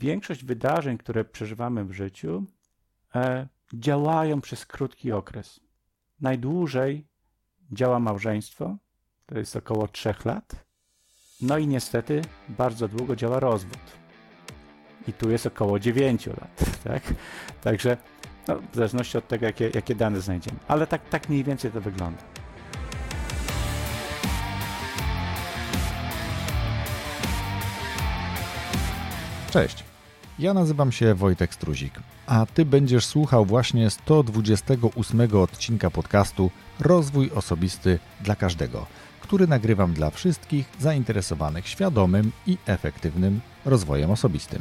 większość wydarzeń, które przeżywamy w życiu, działają przez krótki okres. Najdłużej działa małżeństwo, to jest około 3 lat. No i niestety bardzo długo działa rozwód. I tu jest około 9 lat. Tak? Także w zależności od tego, jakie dane znajdziemy. Ale tak mniej więcej to wygląda. Cześć, ja nazywam się Wojtek Struzik, a Ty będziesz słuchał właśnie 128 odcinka podcastu Rozwój Osobisty dla Każdego, który nagrywam dla wszystkich zainteresowanych świadomym i efektywnym rozwojem osobistym.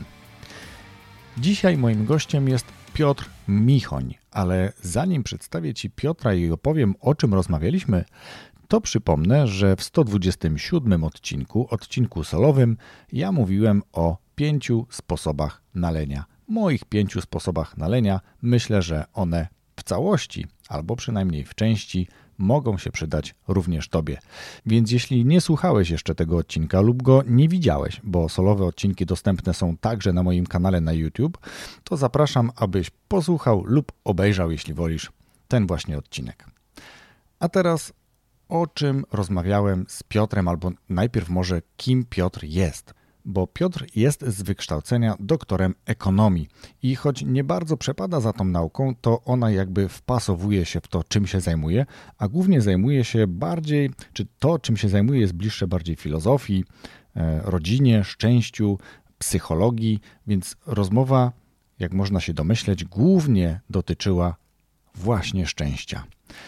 Dzisiaj moim gościem jest Piotr Michoń, ale zanim przedstawię Ci Piotra i opowiem, o czym rozmawialiśmy, to przypomnę, że w 127 odcinku solowym, ja mówiłem o 5 sposobach nalenia. Moich 5 sposobach nalenia. Myślę, że one w całości, albo przynajmniej w części, mogą się przydać również Tobie. Więc jeśli nie słuchałeś jeszcze tego odcinka lub go nie widziałeś, bo solowe odcinki dostępne są także na moim kanale na YouTube, to zapraszam, abyś posłuchał lub obejrzał, jeśli wolisz, ten właśnie odcinek. A teraz o czym rozmawiałem z Piotrem, albo najpierw może kim Piotr jest. Bo Piotr jest z wykształcenia doktorem ekonomii i choć nie bardzo przepada za tą nauką, to ona jakby wpasowuje się w to, czym się zajmuje, a głównie zajmuje się bardziej, czy to, czym się zajmuje, jest bliższe bardziej filozofii, rodzinie, szczęściu, psychologii, więc rozmowa, jak można się domyśleć, głównie dotyczyła właśnie szczęścia.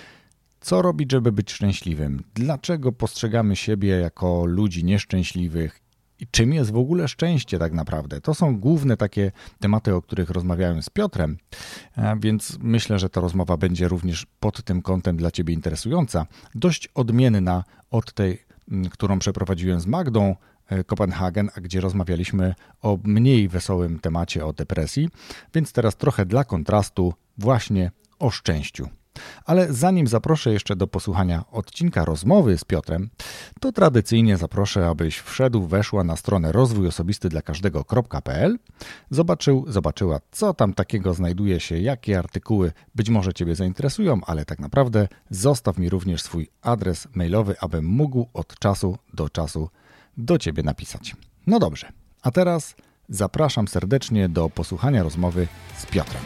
Co robić, żeby być szczęśliwym? Dlaczego postrzegamy siebie jako ludzi nieszczęśliwych? I czym jest w ogóle szczęście tak naprawdę? To są główne takie tematy, o których rozmawiałem z Piotrem, więc myślę, że ta rozmowa będzie również pod tym kątem dla Ciebie interesująca. Dość odmienna od tej, którą przeprowadziłem z Magdą Kopenhagen, a gdzie rozmawialiśmy o mniej wesołym temacie, o depresji, więc teraz trochę dla kontrastu właśnie o szczęściu. Ale zanim zaproszę jeszcze do posłuchania odcinka rozmowy z Piotrem, to tradycyjnie zaproszę, abyś weszła na stronę rozwójosobistydlakażdego.pl, zobaczyła, co tam takiego znajduje się, jakie artykuły być może Ciebie zainteresują, ale tak naprawdę zostaw mi również swój adres mailowy, abym mógł od czasu do czasu do Ciebie napisać. No dobrze, a teraz zapraszam serdecznie do posłuchania rozmowy z Piotrem.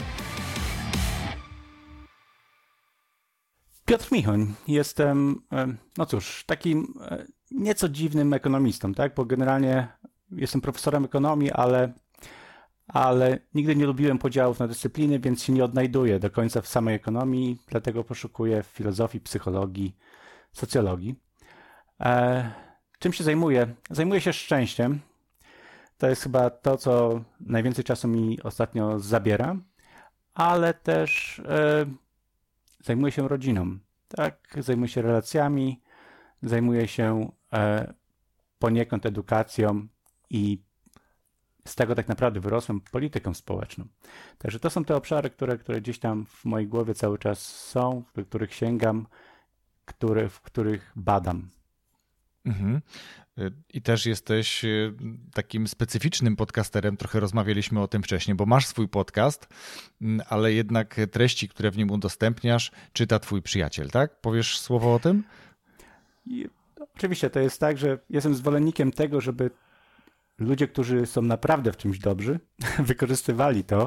Piotr Michoń. Jestem, takim nieco dziwnym ekonomistą, tak? Bo generalnie jestem profesorem ekonomii, ale nigdy nie lubiłem podziałów na dyscypliny, więc się nie odnajduję do końca w samej ekonomii, dlatego poszukuję w filozofii, psychologii, socjologii. Czym się zajmuję? Zajmuję się szczęściem. To jest chyba to, co najwięcej czasu mi ostatnio zabiera, ale też zajmuję się rodziną, tak? Zajmuję się relacjami, zajmuję się poniekąd edukacją i z tego tak naprawdę wyrosłem polityką społeczną. Także to są te obszary, które gdzieś tam w mojej głowie cały czas są, do których sięgam, w których badam. Mhm. I też jesteś takim specyficznym podcasterem, trochę rozmawialiśmy o tym wcześniej, bo masz swój podcast, ale jednak treści, które w nim udostępniasz, czyta twój przyjaciel, tak? Powiesz słowo o tym? Oczywiście to jest tak, że jestem zwolennikiem tego, żeby ludzie, którzy są naprawdę w czymś dobrzy, wykorzystywali to,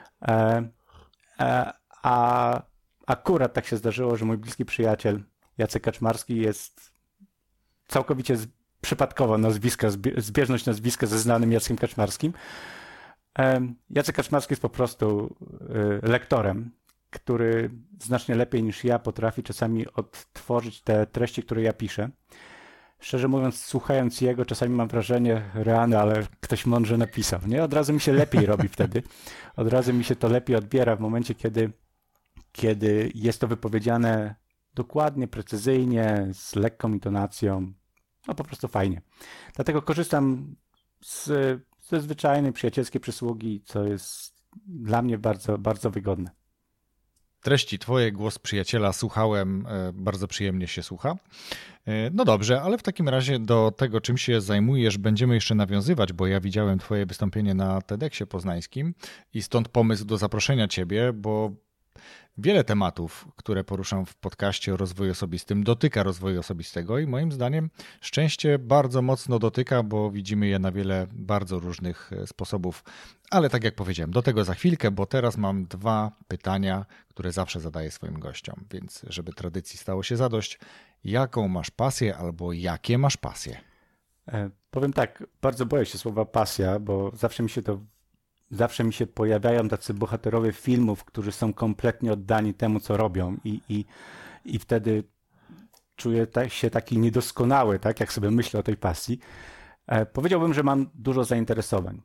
a akurat tak się zdarzyło, że mój bliski przyjaciel Jacek Kaczmarski jest całkowicie przypadkowo zbieżność nazwiska ze znanym Jackiem Kaczmarskim. Jacek Kaczmarski jest po prostu lektorem, który znacznie lepiej niż ja potrafi czasami odtworzyć te treści, które ja piszę. Szczerze mówiąc, słuchając jego, czasami mam wrażenie, rany, ale ktoś mądrze napisał. Nie? Od razu mi się lepiej robi wtedy. Od razu mi się to lepiej odbiera w momencie, kiedy jest to wypowiedziane dokładnie, precyzyjnie, z lekką intonacją. No po prostu fajnie. Dlatego korzystam ze zwyczajnej, przyjacielskiej przysługi, co jest dla mnie bardzo, bardzo wygodne. treści twoje, głos przyjaciela słuchałem, bardzo przyjemnie się słucha. No dobrze, ale w takim razie do tego, czym się zajmujesz, będziemy jeszcze nawiązywać, bo ja widziałem twoje wystąpienie na TEDxie poznańskim i stąd pomysł do zaproszenia ciebie, bo wiele tematów, które poruszam w podcaście o rozwoju osobistym, dotyka rozwoju osobistego i moim zdaniem szczęście bardzo mocno dotyka, bo widzimy je na wiele bardzo różnych sposobów. Ale tak jak powiedziałem, do tego za chwilkę, bo teraz mam 2 pytania, które zawsze zadaję swoim gościom, więc żeby tradycji stało się zadość, jaką masz pasję albo jakie masz pasje? Powiem tak, bardzo boję się słowa pasja, bo zawsze mi się pojawiają tacy bohaterowie filmów, którzy są kompletnie oddani temu, co robią i wtedy czuję się taki niedoskonały, tak, jak sobie myślę o tej pasji. Powiedziałbym, że mam dużo zainteresowań.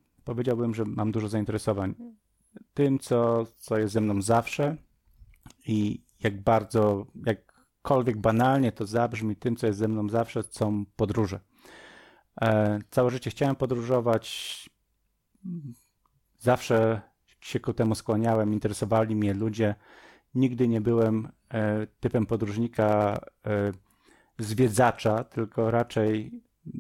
Tym, co jest ze mną zawsze i jakkolwiek banalnie to zabrzmi, tym, co jest ze mną zawsze, są podróże. Całe życie chciałem podróżować. Zawsze się ku temu skłaniałem, interesowali mnie ludzie. Nigdy nie byłem typem podróżnika zwiedzacza, tylko raczej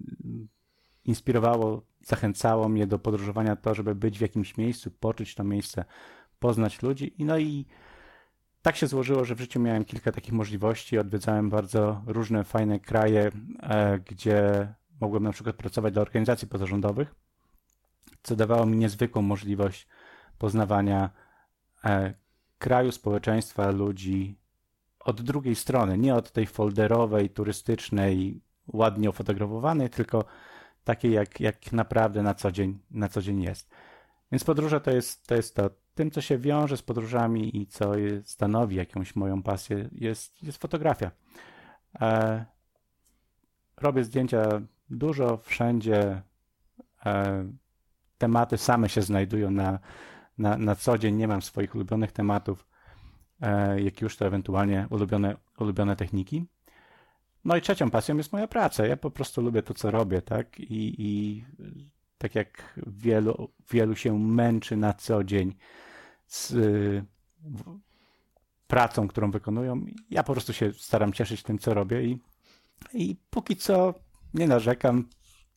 zachęcało mnie do podróżowania to, żeby być w jakimś miejscu, poczuć to miejsce, poznać ludzi. No i tak się złożyło, że w życiu miałem kilka takich możliwości. Odwiedzałem bardzo różne fajne kraje, gdzie mogłem na przykład pracować dla organizacji pozarządowych, co dawało mi niezwykłą możliwość poznawania kraju, społeczeństwa, ludzi od drugiej strony, nie od tej folderowej, turystycznej, ładnie ofotografowanej, tylko takiej, jak naprawdę na co dzień jest. Więc podróże to jest to. Tym, co się wiąże z podróżami i co stanowi jakąś moją pasję, jest fotografia. Robię zdjęcia dużo, wszędzie. Tematy same się znajdują na co dzień. Nie mam swoich ulubionych tematów, jak już to ewentualnie ulubione techniki. No i trzecią pasją jest moja praca. Ja po prostu lubię to, co robię, tak? I tak jak wielu się męczy na co dzień z pracą, którą wykonują, ja po prostu się staram cieszyć tym, co robię i póki co nie narzekam.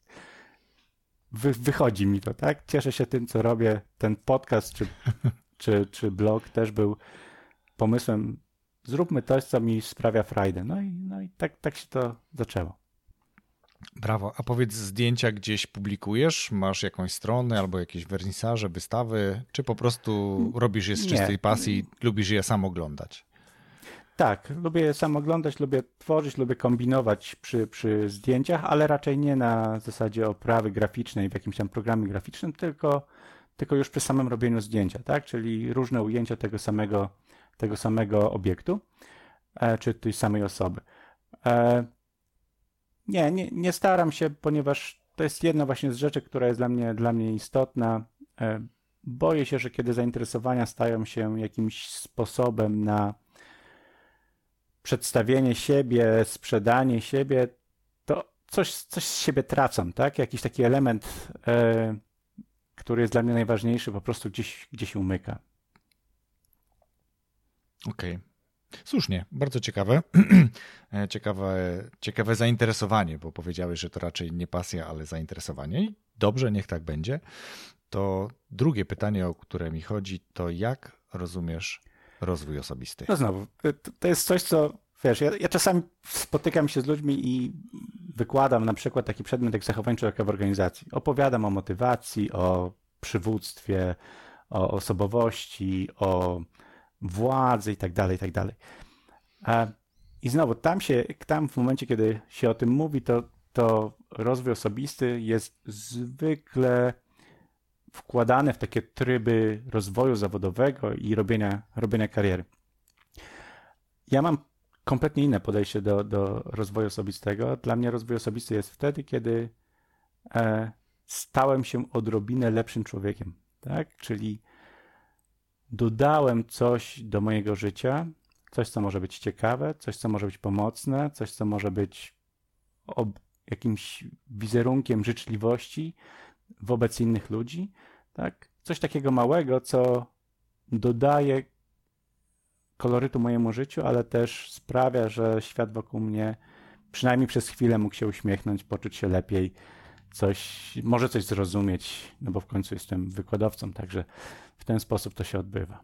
Wychodzi mi to, tak? Cieszę się tym, co robię. Ten podcast czy blog też był pomysłem, zróbmy coś, co mi sprawia frajdę. No i tak się to zaczęło. Brawo. A powiedz, zdjęcia gdzieś publikujesz? Masz jakąś stronę albo jakieś wernisaże, wystawy? Czy po prostu robisz je z czystej pasji, lubisz je sam oglądać? Tak, lubię je sam oglądać, lubię tworzyć, lubię kombinować przy zdjęciach, ale raczej nie na zasadzie oprawy graficznej w jakimś tam programie graficznym, tylko już przy samym robieniu zdjęcia, tak? Czyli różne ujęcia tego samego obiektu, czy tej samej osoby. Nie staram się, ponieważ to jest jedna właśnie z rzeczy, która jest dla mnie istotna. Boję się, że kiedy zainteresowania stają się jakimś sposobem na przedstawienie siebie, sprzedanie siebie, to coś z siebie tracą, tak? Jakiś taki element, który jest dla mnie najważniejszy, po prostu gdzieś umyka. Okej. Słusznie, bardzo ciekawe. Ciekawe zainteresowanie, bo powiedziałeś, że to raczej nie pasja, ale zainteresowanie. I dobrze, niech tak będzie. To drugie pytanie, o które mi chodzi, to jak rozumiesz rozwój osobisty? No znowu, to jest coś, co wiesz, ja czasami spotykam się z ludźmi i wykładam na przykład taki przedmiot jak zachowanie człowieka w organizacji. Opowiadam o motywacji, o przywództwie, o osobowości, o władzy i tak dalej, i tak dalej. I znowu, tam w momencie, kiedy się o tym mówi, to rozwój osobisty jest zwykle wkładany w takie tryby rozwoju zawodowego i robienia kariery. Ja mam kompletnie inne podejście do rozwoju osobistego. Dla mnie rozwój osobisty jest wtedy, kiedy stałem się odrobinę lepszym człowiekiem, tak? Czyli dodałem coś do mojego życia, coś, co może być ciekawe, coś, co może być pomocne, coś, co może być jakimś wizerunkiem życzliwości wobec innych ludzi, tak? Coś takiego małego, co dodaje kolorytu mojemu życiu, ale też sprawia, że świat wokół mnie przynajmniej przez chwilę mógł się uśmiechnąć, poczuć się lepiej, może coś zrozumieć, no bo w końcu jestem wykładowcą, także w ten sposób to się odbywa.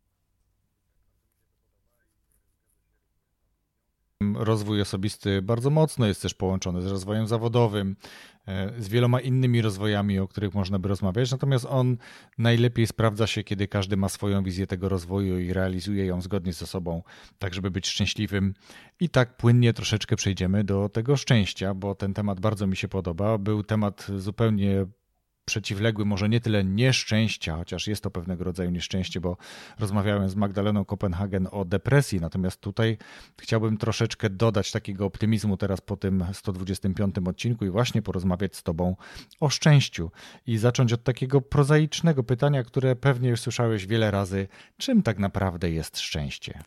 Rozwój osobisty bardzo mocno jest też połączony z rozwojem zawodowym, z wieloma innymi rozwojami, o których można by rozmawiać, natomiast on najlepiej sprawdza się, kiedy każdy ma swoją wizję tego rozwoju i realizuje ją zgodnie ze sobą, tak żeby być szczęśliwym. I tak płynnie troszeczkę przejdziemy do tego szczęścia, bo ten temat bardzo mi się podoba. Był temat zupełnie przeciwległy, może nie tyle nieszczęścia, chociaż jest to pewnego rodzaju nieszczęście, bo rozmawiałem z Magdaleną Kopenhagen o depresji, natomiast tutaj chciałbym troszeczkę dodać takiego optymizmu teraz po tym 125 odcinku i właśnie porozmawiać z Tobą o szczęściu i zacząć od takiego prozaicznego pytania, które pewnie już słyszałeś wiele razy. Czym tak naprawdę jest szczęście?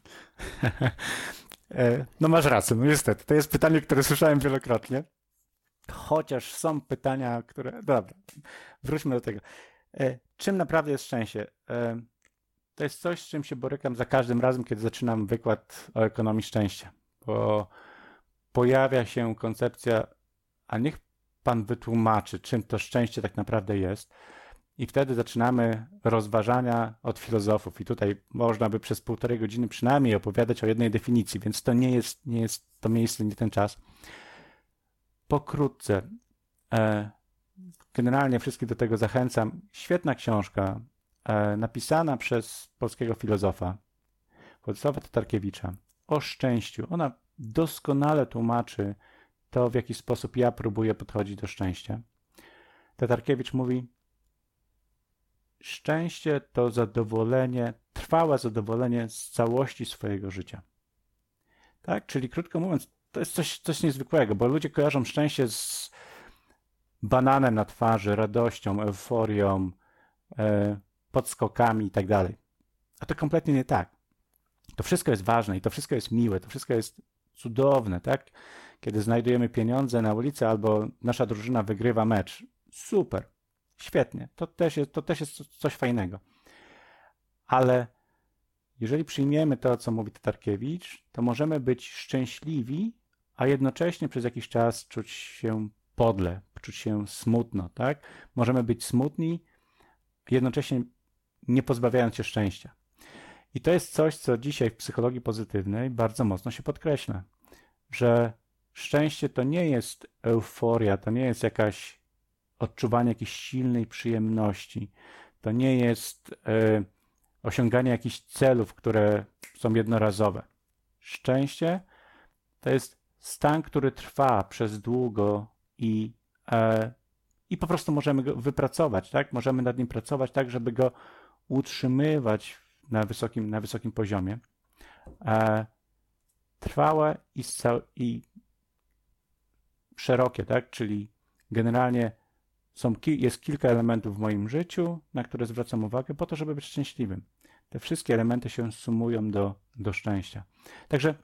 No masz rację, no niestety. To jest pytanie, które słyszałem wielokrotnie. Chociaż są pytania, które... Dobra, wróćmy do tego. Czym naprawdę jest szczęście? To jest coś, z czym się borykam za każdym razem, kiedy zaczynam wykład o ekonomii szczęścia. Bo pojawia się koncepcja, a niech pan wytłumaczy, czym to szczęście tak naprawdę jest. I wtedy zaczynamy rozważania od filozofów. I tutaj można by przez 1,5 godziny przynajmniej opowiadać o jednej definicji, więc to nie jest to miejsce, nie ten czas. Pokrótce, generalnie wszystkich do tego zachęcam. Świetna książka, napisana przez polskiego filozofa Władysława Tatarkiewicza o szczęściu. Ona doskonale tłumaczy to, w jaki sposób ja próbuję podchodzić do szczęścia. Tatarkiewicz mówi: szczęście to zadowolenie, trwałe zadowolenie z całości swojego życia. Tak? Czyli krótko mówiąc, to jest coś niezwykłego, bo ludzie kojarzą szczęście z bananem na twarzy, radością, euforią, podskokami i tak dalej. A to kompletnie nie tak. To wszystko jest ważne i to wszystko jest miłe, to wszystko jest cudowne, tak? Kiedy znajdujemy pieniądze na ulicy albo nasza drużyna wygrywa mecz. Super, świetnie, to też jest coś fajnego. Ale jeżeli przyjmiemy to, co mówi Tatarkiewicz, to możemy być szczęśliwi, a jednocześnie przez jakiś czas czuć się podle, czuć się smutno, tak? Możemy być smutni, jednocześnie nie pozbawiając się szczęścia. I to jest coś, co dzisiaj w psychologii pozytywnej bardzo mocno się podkreśla, że szczęście to nie jest euforia, to nie jest odczuwanie jakiejś silnej przyjemności, to nie jest osiąganie jakichś celów, które są jednorazowe. Szczęście to jest stan, który trwa przez długo i po prostu możemy go wypracować, tak? Możemy nad nim pracować tak, żeby go utrzymywać na wysokim poziomie. Trwałe i szerokie, tak? Czyli generalnie jest kilka elementów w moim życiu, na które zwracam uwagę po to, żeby być szczęśliwym. Te wszystkie elementy się sumują do szczęścia. Także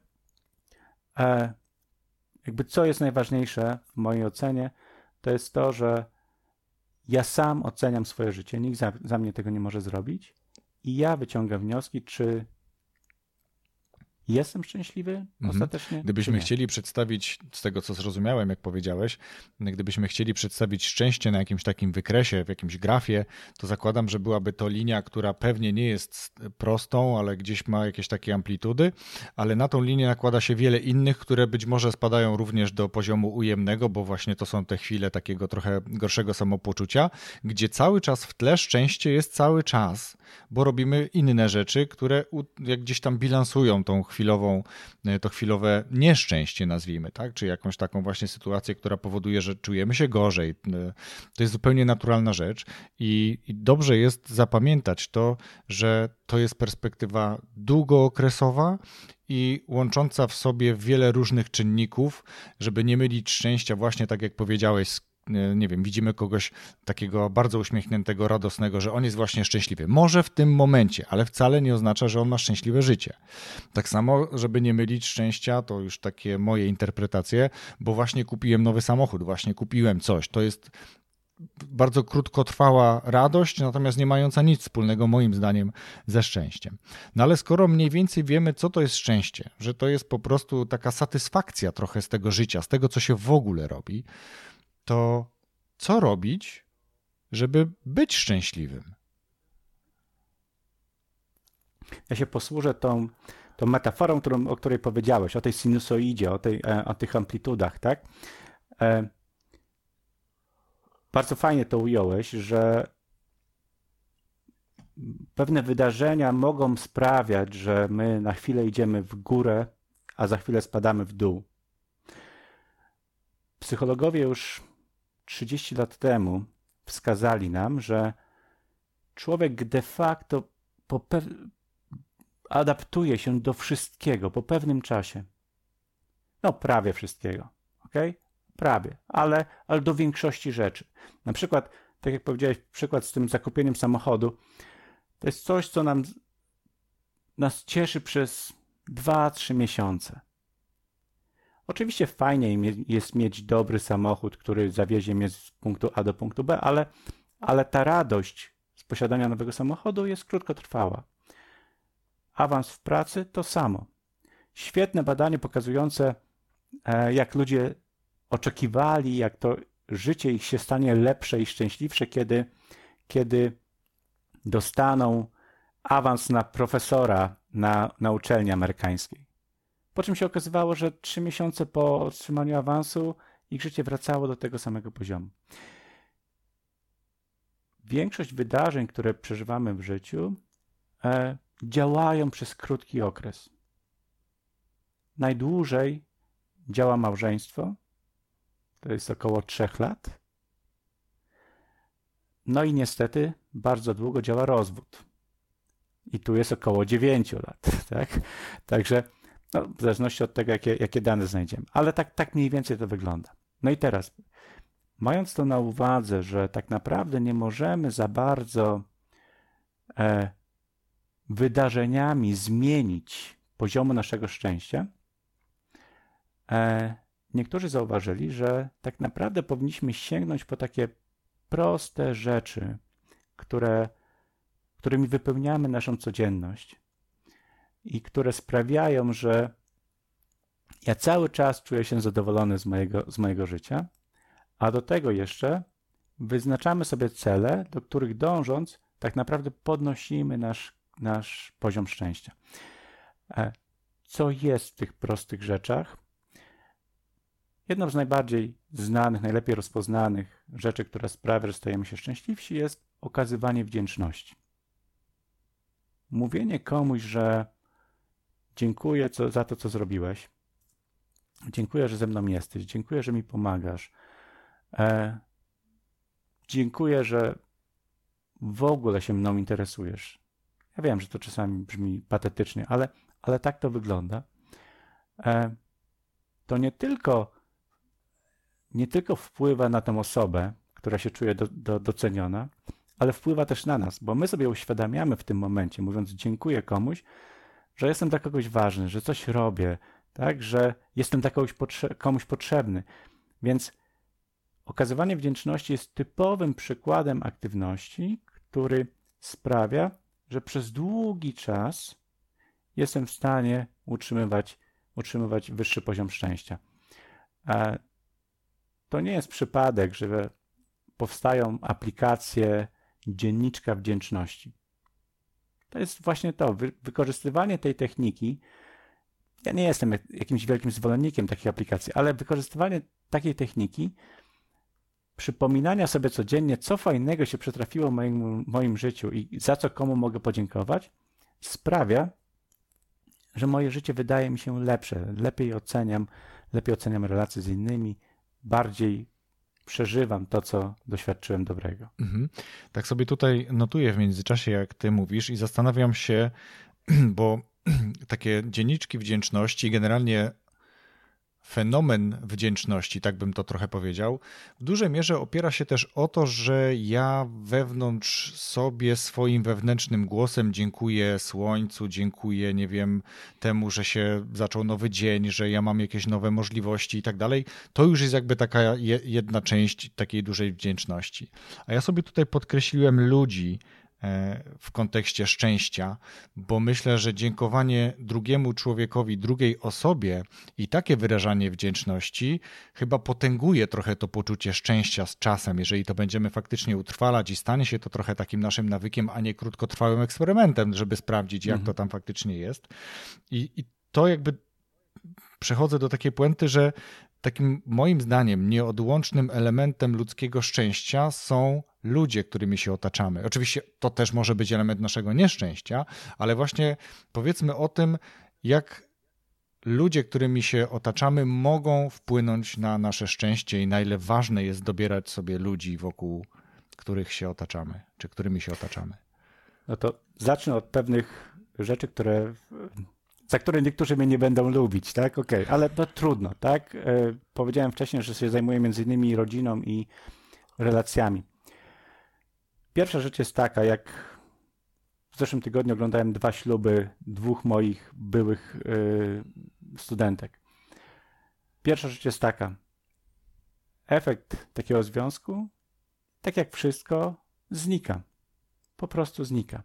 jakby co jest najważniejsze w mojej ocenie, to jest to, że ja sam oceniam swoje życie, nikt za mnie tego nie może zrobić i ja wyciągam wnioski, czy jestem szczęśliwy ostatecznie? Gdybyśmy chcieli przedstawić, z tego co zrozumiałem, jak powiedziałeś, gdybyśmy chcieli przedstawić szczęście na jakimś takim wykresie, w jakimś grafie, to zakładam, że byłaby to linia, która pewnie nie jest prostą, ale gdzieś ma jakieś takie amplitudy, ale na tą linię nakłada się wiele innych, które być może spadają również do poziomu ujemnego, bo właśnie to są te chwile takiego trochę gorszego samopoczucia, gdzie cały czas w tle szczęście jest cały czas, bo robimy inne rzeczy, które jak gdzieś tam bilansują to chwilowe nieszczęście, nazwijmy, tak? Czy jakąś taką właśnie sytuację, która powoduje, że czujemy się gorzej. To jest zupełnie naturalna rzecz i dobrze jest zapamiętać to, że to jest perspektywa długookresowa i łącząca w sobie wiele różnych czynników, żeby nie mylić szczęścia właśnie tak jak powiedziałeś, nie wiem, widzimy kogoś takiego bardzo uśmiechniętego, radosnego, że on jest właśnie szczęśliwy. Może w tym momencie, ale wcale nie oznacza, że on ma szczęśliwe życie. Tak samo, żeby nie mylić szczęścia, to już takie moje interpretacje, bo właśnie kupiłem nowy samochód, właśnie kupiłem coś. To jest bardzo krótkotrwała radość, natomiast nie mająca nic wspólnego moim zdaniem ze szczęściem. No ale skoro mniej więcej wiemy, co to jest szczęście, że to jest po prostu taka satysfakcja trochę z tego życia, z tego, co się w ogóle robi, to co robić, żeby być szczęśliwym? Ja się posłużę tą metaforą, o której powiedziałeś, o tej sinusoidzie, o tych amplitudach, tak? Bardzo fajnie to ująłeś, że pewne wydarzenia mogą sprawiać, że my na chwilę idziemy w górę, a za chwilę spadamy w dół. Psychologowie już 30 lat temu wskazali nam, że człowiek de facto adaptuje się do wszystkiego po pewnym czasie. No prawie wszystkiego, okej? Prawie, ale do większości rzeczy. Na przykład, tak jak powiedziałeś, przykład z tym zakupieniem samochodu, to jest coś, co nas cieszy przez 2-3 miesiące. Oczywiście fajnie jest mieć dobry samochód, który zawiezie mnie z punktu A do punktu B, ale ta radość z posiadania nowego samochodu jest krótkotrwała. Awans w pracy to samo. Świetne badanie pokazujące, jak ludzie oczekiwali, jak to życie ich się stanie lepsze i szczęśliwsze, kiedy dostaną awans na profesora na uczelni amerykańskiej. Po czym się okazywało, że 3 miesiące po otrzymaniu awansu ich życie wracało do tego samego poziomu. Większość wydarzeń, które przeżywamy w życiu, działają przez krótki okres. Najdłużej działa małżeństwo, to jest około 3 lat. No i niestety bardzo długo działa rozwód. I tu jest około 9 lat. Tak? Także w zależności od tego, jakie dane znajdziemy. Ale tak mniej więcej to wygląda. No i teraz, mając to na uwadze, że tak naprawdę nie możemy za bardzo wydarzeniami zmienić poziomu naszego szczęścia, niektórzy zauważyli, że tak naprawdę powinniśmy sięgnąć po takie proste rzeczy, którymi wypełniamy naszą codzienność i które sprawiają, że ja cały czas czuję się zadowolony z mojego życia, a do tego jeszcze wyznaczamy sobie cele, do których dążąc tak naprawdę podnosimy nasz poziom szczęścia. Co jest w tych prostych rzeczach? Jedną z najbardziej znanych, najlepiej rozpoznanych rzeczy, która sprawia, że stajemy się szczęśliwsi, jest okazywanie wdzięczności. Mówienie komuś, że dziękuję za to, co zrobiłeś. Dziękuję, że ze mną jesteś. Dziękuję, że mi pomagasz. Dziękuję, że w ogóle się mną interesujesz. Ja wiem, że to czasami brzmi patetycznie, ale tak to wygląda. To nie tylko wpływa na tę osobę, która się czuje doceniona, ale wpływa też na nas, bo my sobie uświadamiamy w tym momencie, mówiąc dziękuję komuś, że jestem dla kogoś ważny, że coś robię, tak, że jestem dla komuś potrzebny. Więc okazywanie wdzięczności jest typowym przykładem aktywności, który sprawia, że przez długi czas jestem w stanie utrzymywać wyższy poziom szczęścia. To nie jest przypadek, że powstają aplikacje dzienniczka wdzięczności. To jest właśnie to, wykorzystywanie tej techniki. Ja nie jestem jakimś wielkim zwolennikiem takich aplikacji, ale wykorzystywanie takiej techniki, przypominania sobie codziennie, co fajnego się przytrafiło w moim życiu i za co komu mogę podziękować, sprawia, że moje życie wydaje mi się lepsze. Lepiej oceniam relacje z innymi, bardziej przeżywam to, co doświadczyłem dobrego. Tak sobie tutaj notuję w międzyczasie, jak ty mówisz i zastanawiam się, bo takie dzienniczki wdzięczności, generalnie fenomen wdzięczności, tak bym to trochę powiedział, w dużej mierze opiera się też o to, że ja wewnątrz sobie swoim wewnętrznym głosem dziękuję słońcu, dziękuję, nie wiem, temu, że się zaczął nowy dzień, że ja mam jakieś nowe możliwości i tak dalej. To już jest jakby taka jedna część takiej dużej wdzięczności. A ja sobie tutaj podkreśliłem ludzi w kontekście szczęścia, bo myślę, że dziękowanie drugiemu człowiekowi, drugiej osobie i takie wyrażanie wdzięczności chyba potęguje trochę to poczucie szczęścia z czasem, jeżeli to będziemy faktycznie utrwalać i stanie się to trochę takim naszym nawykiem, a nie krótkotrwałym eksperymentem, żeby sprawdzić, jak to tam faktycznie jest. I to jakby przechodzę do takiej puenty, że takim moim zdaniem nieodłącznym elementem ludzkiego szczęścia są ludzie, którymi się otaczamy. Oczywiście to też może być element naszego nieszczęścia, ale właśnie powiedzmy o tym, jak ludzie, którymi się otaczamy, mogą wpłynąć na nasze szczęście i na ile ważne jest dobierać sobie ludzi, wokół których się otaczamy, czy którymi się otaczamy. No to zacznę od pewnych rzeczy, za które niektórzy mnie nie będą lubić, tak? Okej, ale to trudno, tak? Powiedziałem wcześniej, że się zajmuję między innymi rodziną i relacjami. Pierwsza rzecz jest taka, jak w zeszłym tygodniu oglądałem 2 śluby 2 moich byłych studentek. Pierwsza rzecz jest taka. Efekt takiego związku, tak jak wszystko, znika. Po prostu znika.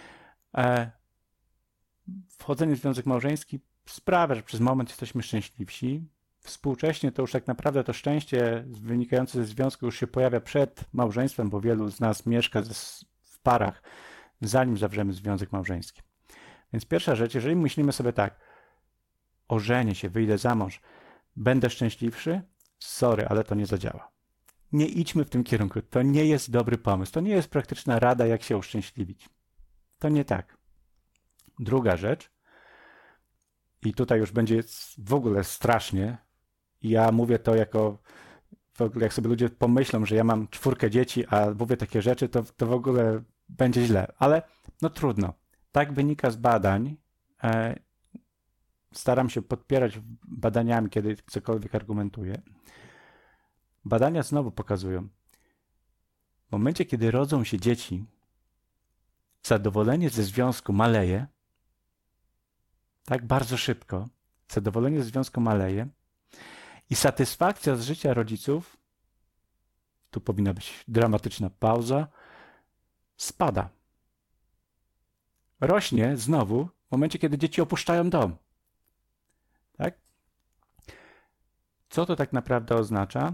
Wchodzenie w związek małżeński sprawia, że przez moment jesteśmy szczęśliwsi. Współcześnie to już tak naprawdę to szczęście wynikające ze związku już się pojawia przed małżeństwem, bo wielu z nas mieszka w parach, zanim zawrzemy związek małżeński. Więc pierwsza rzecz, jeżeli myślimy sobie tak, ożenię się, wyjdę za mąż, będę szczęśliwszy, sorry, ale to nie zadziała. Nie idźmy w tym kierunku. To nie jest dobry pomysł. To nie jest praktyczna rada, jak się uszczęśliwić. To nie tak. Druga rzecz, i tutaj już będzie w ogóle strasznie, ja mówię to jako, w ogóle jak sobie ludzie pomyślą, że ja mam 4 dzieci, a mówię takie rzeczy, to w ogóle będzie źle. Ale no trudno. Tak wynika z badań. Staram się podpierać badaniami, kiedy cokolwiek argumentuję. Badania znowu pokazują, w momencie, kiedy rodzą się dzieci, zadowolenie ze związku maleje, tak bardzo szybko, zadowolenie ze związku maleje i satysfakcja z życia rodziców, tu powinna być dramatyczna pauza, spada. Rośnie znowu w momencie, kiedy dzieci opuszczają dom. Tak? Co to tak naprawdę oznacza?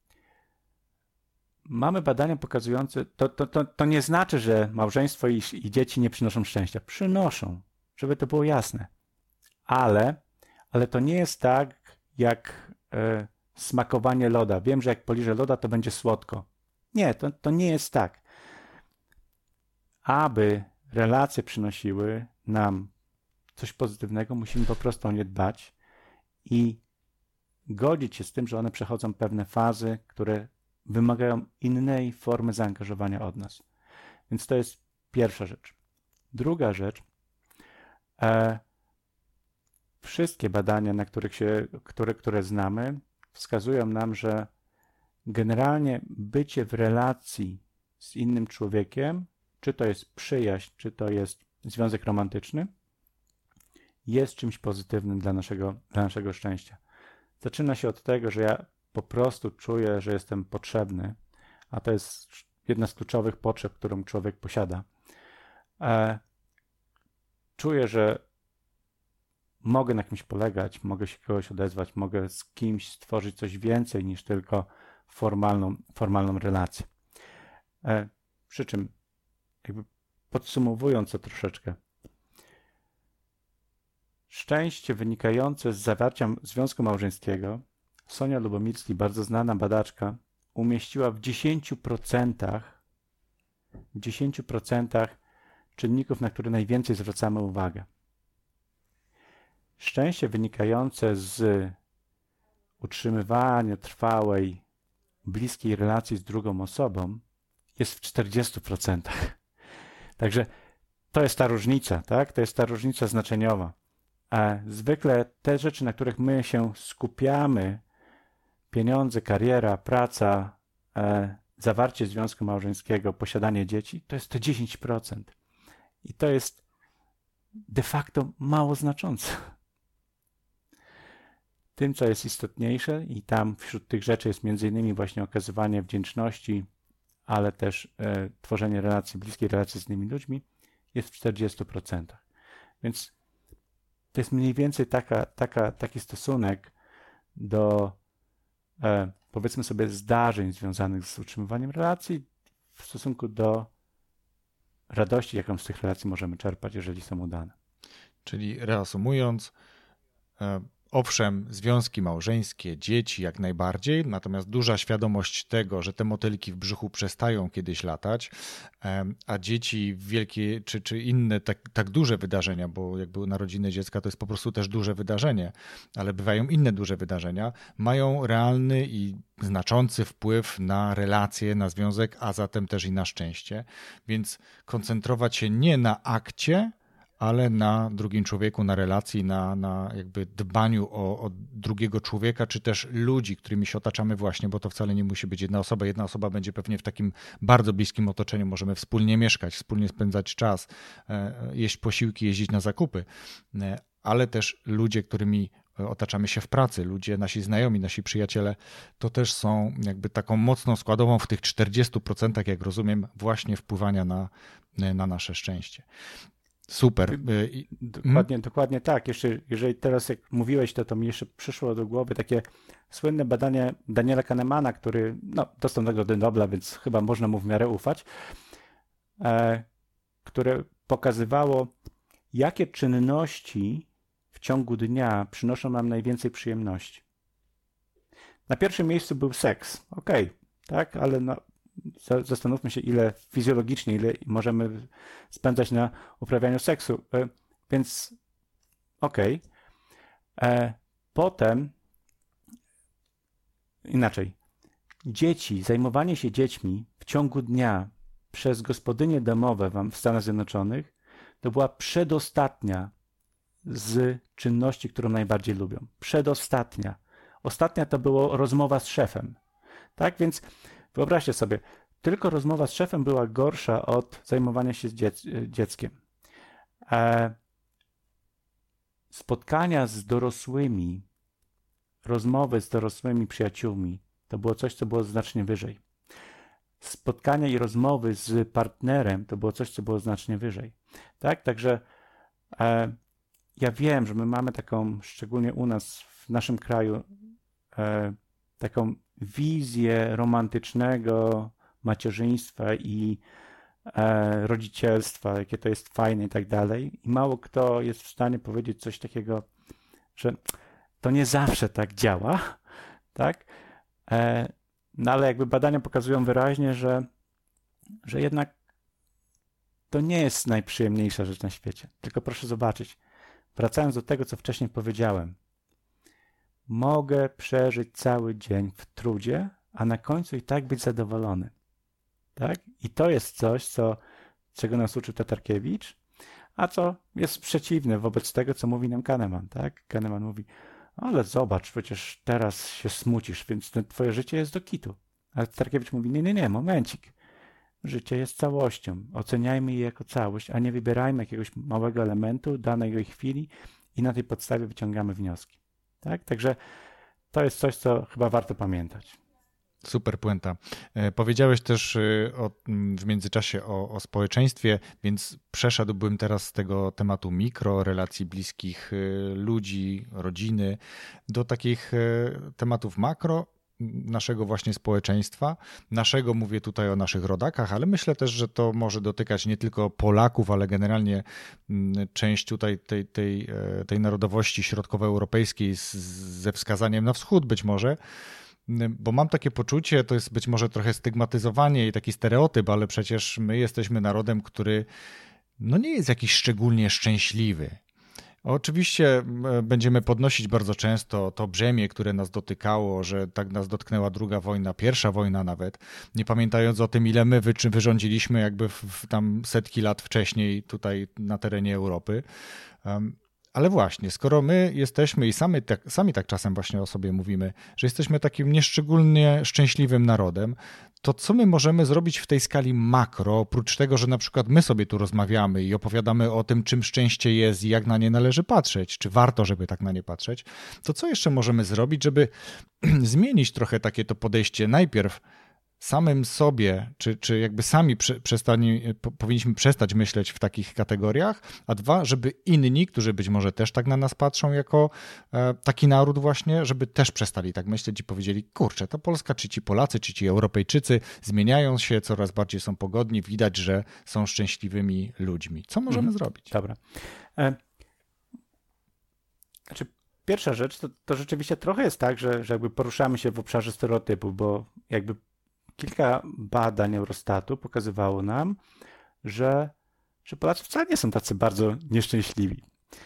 Mamy badania pokazujące, to nie znaczy, że małżeństwo i dzieci nie przynoszą szczęścia. Przynoszą, żeby to było jasne. Ale to nie jest tak, jak smakowanie loda. Wiem, że jak poliżę loda, to będzie słodko. Nie, to nie jest tak. Aby relacje przynosiły nam coś pozytywnego, musimy po prostu o nie dbać i godzić się z tym, że one przechodzą pewne fazy, które wymagają innej formy zaangażowania od nas. Więc to jest pierwsza rzecz. Druga rzecz. Wszystkie badania, które znamy, wskazują nam, że generalnie bycie w relacji z innym człowiekiem, czy to jest przyjaźń, czy to jest związek romantyczny, jest czymś pozytywnym dla naszego szczęścia. Zaczyna się od tego, że ja po prostu czuję, że jestem potrzebny, a to jest jedna z kluczowych potrzeb, którą człowiek posiada. Czuję, że mogę na kimś polegać, mogę się kogoś odezwać, mogę z kimś stworzyć coś więcej niż tylko formalną relację. Przy czym, jakby podsumowując to troszeczkę, szczęście wynikające z zawarcia związku małżeńskiego Sonia Lubomirski, bardzo znana badaczka, umieściła w 10% czynników, na które najwięcej zwracamy uwagę. Szczęście wynikające z utrzymywania trwałej, bliskiej relacji z drugą osobą jest w 40%. Także to jest ta różnica, tak? To jest ta różnica znaczeniowa. zwykle te rzeczy, na których my się skupiamy, pieniądze, kariera, praca, zawarcie związku małżeńskiego, posiadanie dzieci, to jest te 10%. I to jest de facto mało znaczące. Tym, co jest istotniejsze i tam wśród tych rzeczy jest między innymi właśnie okazywanie wdzięczności, ale też tworzenie relacji, bliskiej relacji z innymi ludźmi, jest w 40%. Więc to jest mniej więcej taki stosunek do powiedzmy sobie zdarzeń związanych z utrzymywaniem relacji w stosunku do radości, jaką z tych relacji możemy czerpać, jeżeli są udane. Czyli reasumując, owszem, związki małżeńskie, dzieci jak najbardziej, natomiast duża świadomość tego, że te motylki w brzuchu przestają kiedyś latać, a dzieci wielkie czy inne tak duże wydarzenia, bo jakby narodziny dziecka to jest po prostu też duże wydarzenie, ale bywają inne duże wydarzenia, mają realny i znaczący wpływ na relacje, na związek, a zatem też i na szczęście. Więc koncentrować się nie na akcie, ale na drugim człowieku, na relacji, na jakby dbaniu o drugiego człowieka, czy też ludzi, którymi się otaczamy właśnie, bo to wcale nie musi być jedna osoba. Jedna osoba będzie pewnie w takim bardzo bliskim otoczeniu, możemy wspólnie mieszkać, wspólnie spędzać czas, jeść posiłki, jeździć na zakupy, ale też ludzie, którymi otaczamy się w pracy, ludzie, nasi znajomi, nasi przyjaciele, to też są jakby taką mocną składową w tych 40%, jak rozumiem, właśnie wpływania na nasze szczęście. Super. Dokładnie tak. Jeszcze, jeżeli teraz jak mówiłeś, to mi jeszcze przyszło do głowy takie słynne badanie Daniela Kahnemana, który dostał Nagrodę Nobla, więc chyba można mu w miarę ufać, które pokazywało, jakie czynności w ciągu dnia przynoszą nam najwięcej przyjemności. Na pierwszym miejscu był seks. Okej, tak, ale zastanówmy się, ile fizjologicznie, ile możemy spędzać na uprawianiu seksu. Więc okej. Potem inaczej. Dzieci, zajmowanie się dziećmi w ciągu dnia przez gospodynie domowe w Stanach Zjednoczonych to była przedostatnia z czynności, którą najbardziej lubią. Przedostatnia. Ostatnia to było rozmowa z szefem. Tak, więc wyobraźcie sobie, tylko rozmowa z szefem była gorsza od zajmowania się dzieckiem. Spotkania z dorosłymi, rozmowy z dorosłymi przyjaciółmi, to było coś, co było znacznie wyżej. Spotkania i rozmowy z partnerem, to było coś, co było znacznie wyżej. Tak, także ja wiem, że my mamy taką, szczególnie u nas, w naszym kraju, taką wizję romantycznego macierzyństwa i rodzicielstwa, jakie to jest fajne i tak dalej. I mało kto jest w stanie powiedzieć coś takiego, że to nie zawsze tak działa, tak? No ale jakby badania pokazują wyraźnie, że jednak to nie jest najprzyjemniejsza rzecz na świecie. Tylko proszę zobaczyć, wracając do tego, co wcześniej powiedziałem, mogę przeżyć cały dzień w trudzie, a na końcu i tak być zadowolony. Tak? I to jest coś, czego nas uczył Tatarkiewicz, a co jest przeciwne wobec tego, co mówi nam Kahneman. Tak? Kahneman mówi, ale zobacz, przecież teraz się smucisz, więc twoje życie jest do kitu. A Tatarkiewicz mówi, nie, momencik. Życie jest całością. Oceniajmy je jako całość, a nie wybierajmy jakiegoś małego elementu danej chwili i na tej podstawie wyciągamy wnioski. Tak? Także to jest coś, co chyba warto pamiętać. Super puenta. Powiedziałeś też w międzyczasie o społeczeństwie, więc przeszedłbym teraz z tego tematu mikro, relacji bliskich ludzi, rodziny, do takich tematów makro, naszego właśnie społeczeństwa. Naszego, mówię tutaj o naszych rodakach, ale myślę też, że to może dotykać nie tylko Polaków, ale generalnie część tutaj tej narodowości środkowoeuropejskiej ze wskazaniem na wschód być może. Bo mam takie poczucie, to jest być może trochę stygmatyzowanie i taki stereotyp, ale przecież my jesteśmy narodem, który nie jest jakiś szczególnie szczęśliwy. Oczywiście będziemy podnosić bardzo często to brzemię, które nas dotykało, że tak nas dotknęła II wojna, I wojna nawet, nie pamiętając o tym, ile my wyrządziliśmy jakby tam setki lat wcześniej tutaj na terenie Europy. Ale właśnie, skoro my jesteśmy i sami tak czasem właśnie o sobie mówimy, że jesteśmy takim nieszczególnie szczęśliwym narodem, to co my możemy zrobić w tej skali makro, oprócz tego, że na przykład my sobie tu rozmawiamy i opowiadamy o tym, czym szczęście jest i jak na nie należy patrzeć, czy warto, żeby tak na nie patrzeć, to co jeszcze możemy zrobić, żeby zmienić trochę takie to podejście najpierw samym sobie, czy jakby sami powinniśmy przestać myśleć w takich kategoriach, a dwa, żeby inni, którzy być może też tak na nas patrzą jako taki naród właśnie, żeby też przestali tak myśleć i powiedzieli, kurczę, to Polska, czy ci Polacy, czy ci Europejczycy zmieniają się, coraz bardziej są pogodni, widać, że są szczęśliwymi ludźmi. Co możemy zrobić? Dobra. Znaczy, pierwsza rzecz to rzeczywiście trochę jest tak, że jakby poruszamy się w obszarze stereotypów, bo jakby kilka badań Eurostatu pokazywało nam, że Polacy wcale nie są tacy bardzo nieszczęśliwi.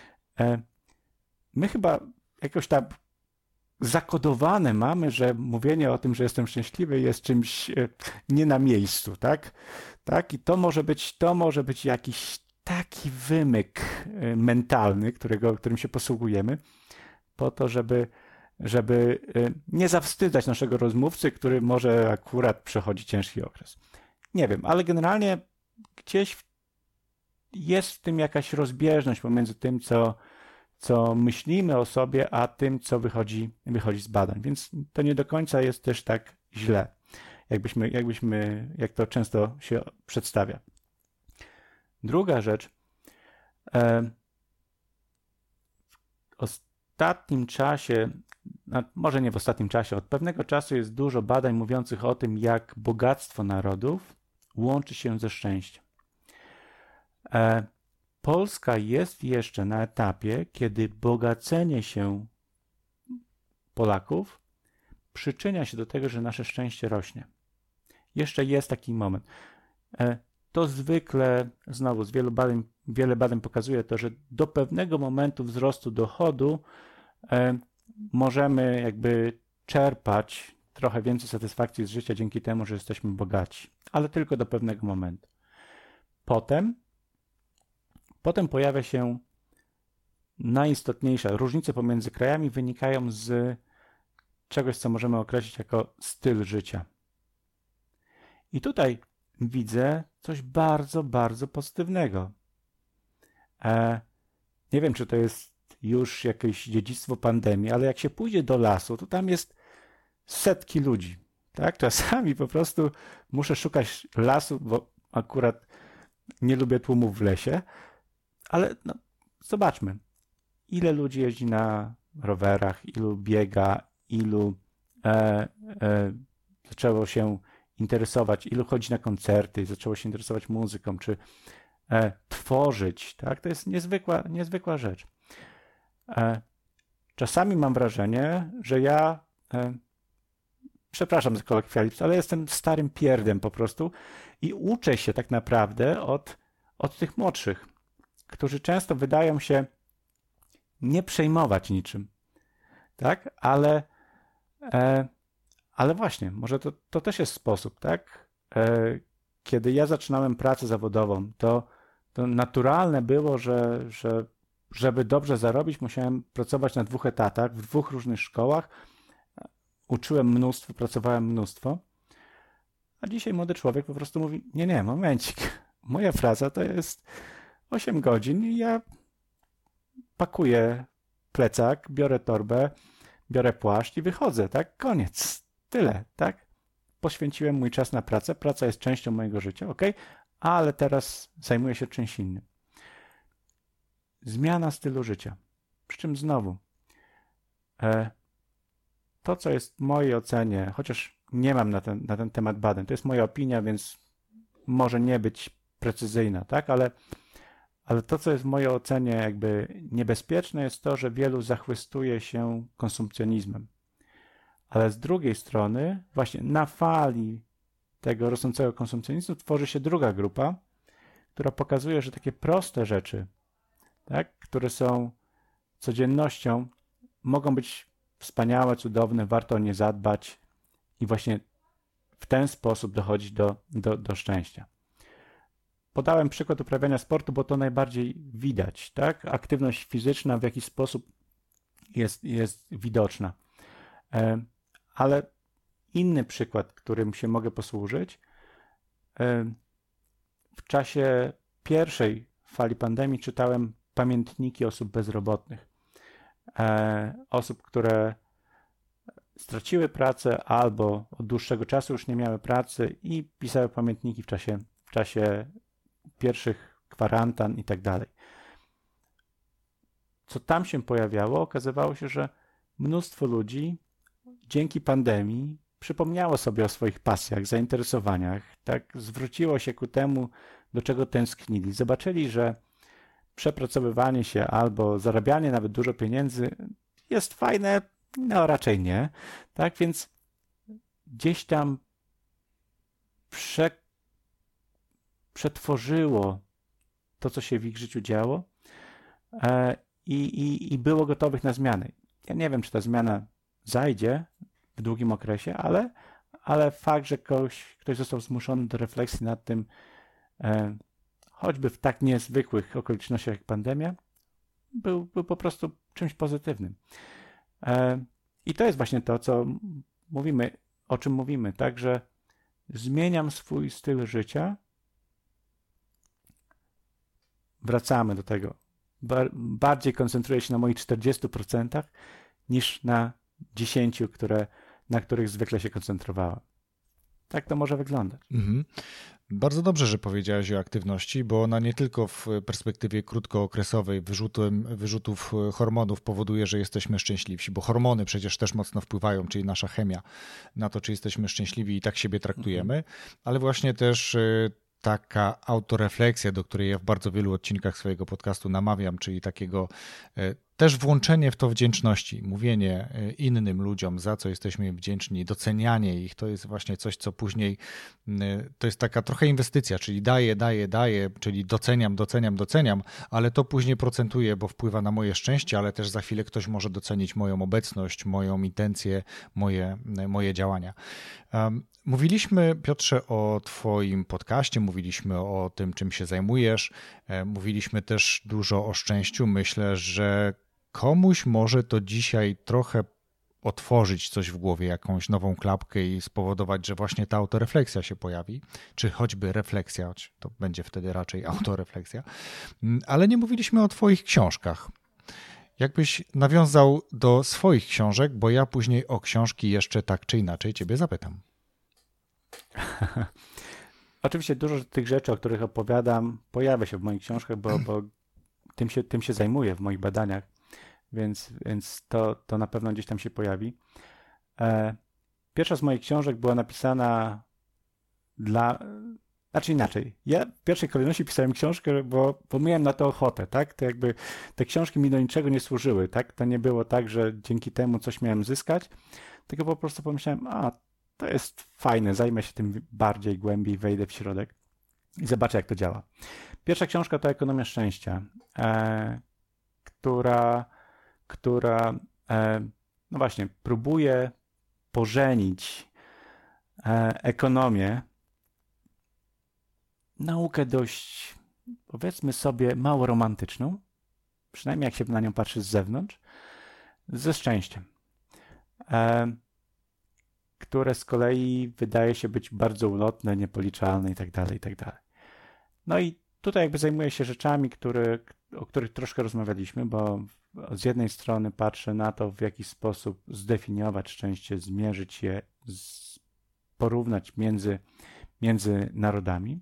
My chyba jakoś tak zakodowane mamy, że mówienie o tym, że jestem szczęśliwy jest czymś nie na miejscu, tak? Tak? I to może być jakiś taki wymyk mentalny, którym się posługujemy, po to, żeby nie zawstydzać naszego rozmówcy, który może akurat przechodzi ciężki okres. Nie wiem, ale generalnie gdzieś jest w tym jakaś rozbieżność pomiędzy tym, co myślimy o sobie, a tym, co wychodzi z badań. Więc to nie do końca jest też tak źle, jak to często się przedstawia. Druga rzecz. W ostatnim czasie, może nie w ostatnim czasie, od pewnego czasu jest dużo badań mówiących o tym, jak bogactwo narodów łączy się ze szczęściem. Polska jest jeszcze na etapie, kiedy bogacenie się Polaków przyczynia się do tego, że nasze szczęście rośnie. Jeszcze jest taki moment. To zwykle, znowu z wiele badań pokazuje to, że do pewnego momentu wzrostu dochodu możemy jakby czerpać trochę więcej satysfakcji z życia dzięki temu, że jesteśmy bogaci, ale tylko do pewnego momentu. Potem pojawia się najistotniejsza. Różnice pomiędzy krajami wynikają z czegoś, co możemy określić jako styl życia. I tutaj widzę coś bardzo, bardzo pozytywnego. Nie wiem, czy to jest już jakieś dziedzictwo pandemii, ale jak się pójdzie do lasu, to tam jest setki ludzi. Tak? Czasami po prostu muszę szukać lasu, bo akurat nie lubię tłumów w lesie, ale no, zobaczmy, ile ludzi jeździ na rowerach, ilu biega, ilu zaczęło się interesować, ilu chodzi na koncerty, zaczęło się interesować muzyką, czy tworzyć, tak? To jest niezwykła rzecz. Czasami mam wrażenie, że ja, przepraszam za kolokwializm, ale jestem starym pierdem po prostu i uczę się tak naprawdę od tych młodszych, którzy często wydają się nie przejmować niczym, tak? Ale właśnie, może to też jest sposób, tak? Kiedy ja zaczynałem pracę zawodową, to naturalne było, że żeby dobrze zarobić, musiałem pracować na 2 etatach, w 2 różnych szkołach. Uczyłem mnóstwo, pracowałem mnóstwo. A dzisiaj młody człowiek po prostu mówi, nie, momencik. Moja praca to jest 8 godzin i ja pakuję plecak, biorę torbę, biorę płaszcz i wychodzę, tak? Koniec. Tyle, tak? Poświęciłem mój czas na pracę. Praca jest częścią mojego życia, ok? Ale teraz zajmuję się czymś innym. Zmiana stylu życia. Przy czym znowu, to co jest w mojej ocenie, chociaż nie mam na ten temat badań, to jest moja opinia, więc może nie być precyzyjna, tak? Ale to, co jest w mojej ocenie jakby niebezpieczne, jest to, że wielu zachwystuje się konsumpcjonizmem. Ale z drugiej strony, właśnie na fali tego rosnącego konsumpcjonizmu tworzy się druga grupa, która pokazuje, że takie proste rzeczy, tak, które są codziennością, mogą być wspaniałe, cudowne, warto o nie zadbać i właśnie w ten sposób dochodzić do szczęścia. podałem przykład uprawiania sportu, bo to najbardziej widać, tak? Aktywność fizyczna w jakiś sposób jest widoczna. Ale inny przykład, którym się mogę posłużyć, w czasie pierwszej fali pandemii czytałem pamiętniki osób bezrobotnych. Osób, które straciły pracę albo od dłuższego czasu już nie miały pracy i pisały pamiętniki w czasie pierwszych kwarantan i tak dalej. Co tam się pojawiało? Okazywało się, że mnóstwo ludzi dzięki pandemii przypomniało sobie o swoich pasjach, zainteresowaniach, tak zwróciło się ku temu, do czego tęsknili. Zobaczyli, że przepracowywanie się albo zarabianie nawet dużo pieniędzy jest fajne, no raczej nie. Tak więc gdzieś tam przetworzyło to, co się w ich życiu działo i było gotowych na zmiany. Ja nie wiem, czy ta zmiana zajdzie w długim okresie, ale fakt, że ktoś został zmuszony do refleksji nad tym, choćby w tak niezwykłych okolicznościach jak pandemia, był po prostu czymś pozytywnym. I to jest właśnie to, o czym mówimy, tak, że zmieniam swój styl życia, wracamy do tego, bardziej koncentruję się na moich 40% niż na 10%, na których zwykle się koncentrowałem. Tak to może wyglądać. Mhm. Bardzo dobrze, że powiedziałeś o aktywności, bo ona nie tylko w perspektywie krótkookresowej wyrzutów hormonów powoduje, że jesteśmy szczęśliwsi, bo hormony przecież też mocno wpływają, czyli nasza chemia, na to, czy jesteśmy szczęśliwi i tak siebie traktujemy, ale właśnie też taka autorefleksja, do której ja w bardzo wielu odcinkach swojego podcastu namawiam, czyli takiego też włączenie w to wdzięczności, mówienie innym ludziom, za co jesteśmy im wdzięczni, docenianie ich, to jest właśnie coś, co później, to jest taka trochę inwestycja, czyli daję, czyli doceniam, ale to później procentuje, bo wpływa na moje szczęście, ale też za chwilę ktoś może docenić moją obecność, moją intencję, moje działania. Mówiliśmy, Piotrze, o Twoim podcaście, mówiliśmy o tym, czym się zajmujesz, mówiliśmy też dużo o szczęściu. Myślę, że komuś może to dzisiaj trochę otworzyć coś w głowie, jakąś nową klapkę i spowodować, że właśnie ta autorefleksja się pojawi, czy choćby refleksja, choć to będzie wtedy raczej autorefleksja. Ale nie mówiliśmy o Twoich książkach. Jakbyś nawiązał do swoich książek, bo ja później o książki jeszcze tak czy inaczej Ciebie zapytam. Oczywiście dużo tych rzeczy, o których opowiadam, pojawia się w moich książkach, bo tym się zajmuję w moich badaniach, więc to na pewno gdzieś tam się pojawi. Pierwsza z moich książek była napisana znaczy inaczej. Ja w pierwszej kolejności pisałem książkę, bo miałem na to ochotę, tak? To jakby te książki mi do niczego nie służyły, tak? To nie było tak, że dzięki temu coś miałem zyskać, tylko po prostu pomyślałem, to jest fajne, zajmę się tym bardziej, głębiej, wejdę w środek i zobaczę, jak to działa. Pierwsza książka to Ekonomia Szczęścia, która no właśnie, próbuje pożenić ekonomię, naukę dość, powiedzmy sobie, mało romantyczną, przynajmniej jak się na nią patrzy z zewnątrz, ze szczęściem, które z kolei wydaje się być bardzo ulotne, niepoliczalne itd. No i tutaj jakby zajmuję się rzeczami, o których troszkę rozmawialiśmy, bo z jednej strony patrzę na to, w jaki sposób zdefiniować szczęście, zmierzyć je, porównać między narodami.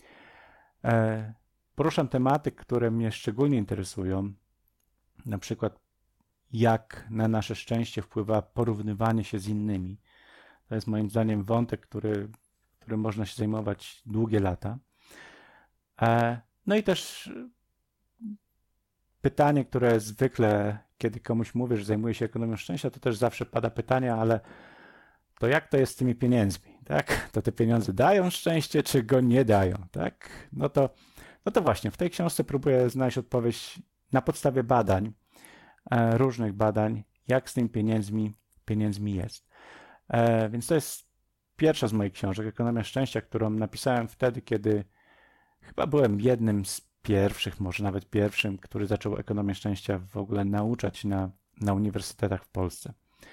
Poruszam tematy, które mnie szczególnie interesują, na przykład jak na nasze szczęście wpływa porównywanie się z innymi. To jest moim zdaniem wątek, którym można się zajmować długie lata. No i też pytanie, które zwykle, kiedy komuś mówię, że zajmuję się ekonomią szczęścia, to też zawsze pada pytanie, ale to jak to jest z tymi pieniędzmi, tak? To te pieniądze dają szczęście, czy go nie dają, tak? No to właśnie, w tej książce próbuję znaleźć odpowiedź na podstawie badań, różnych badań, jak z tymi pieniędzmi jest. Więc to jest pierwsza z moich książek, Ekonomia Szczęścia, którą napisałem wtedy, kiedy Chyba byłem jednym z pierwszych, może nawet pierwszym, który zaczął ekonomię szczęścia w ogóle nauczać na uniwersytetach w Polsce.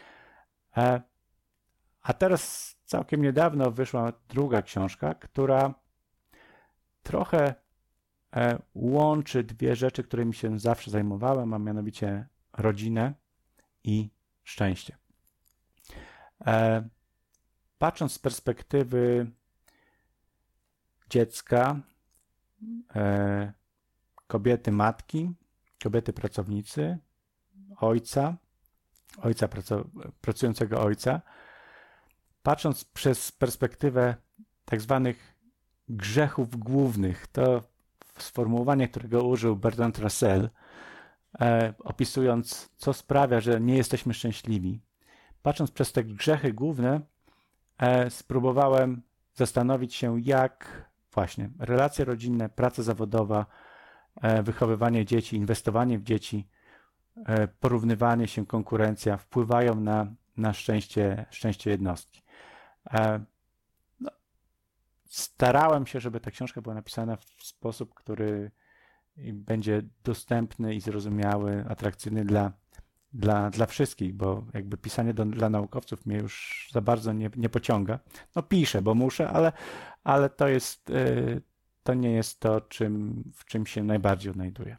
A teraz całkiem niedawno wyszła druga książka, która trochę łączy dwie rzeczy, którymi się zawsze zajmowałem, a mianowicie rodzinę i szczęście. Patrząc z perspektywy dziecka, kobiety matki, kobiety pracownicy, ojca pracującego ojca, patrząc przez perspektywę tak zwanych grzechów głównych, to sformułowanie, którego użył Bertrand Russell, opisując, co sprawia, że nie jesteśmy szczęśliwi. Patrząc przez te grzechy główne, spróbowałem zastanowić się, jak właśnie relacje rodzinne, praca zawodowa, wychowywanie dzieci, inwestowanie w dzieci, porównywanie się, konkurencja wpływają na szczęście jednostki. Starałem się, żeby ta książka była napisana w sposób, który będzie dostępny i zrozumiały, atrakcyjny dla wszystkich, bo jakby pisanie dla naukowców mnie już za bardzo nie pociąga. No piszę, bo muszę, ale to nie jest to, w czym się najbardziej odnajduję.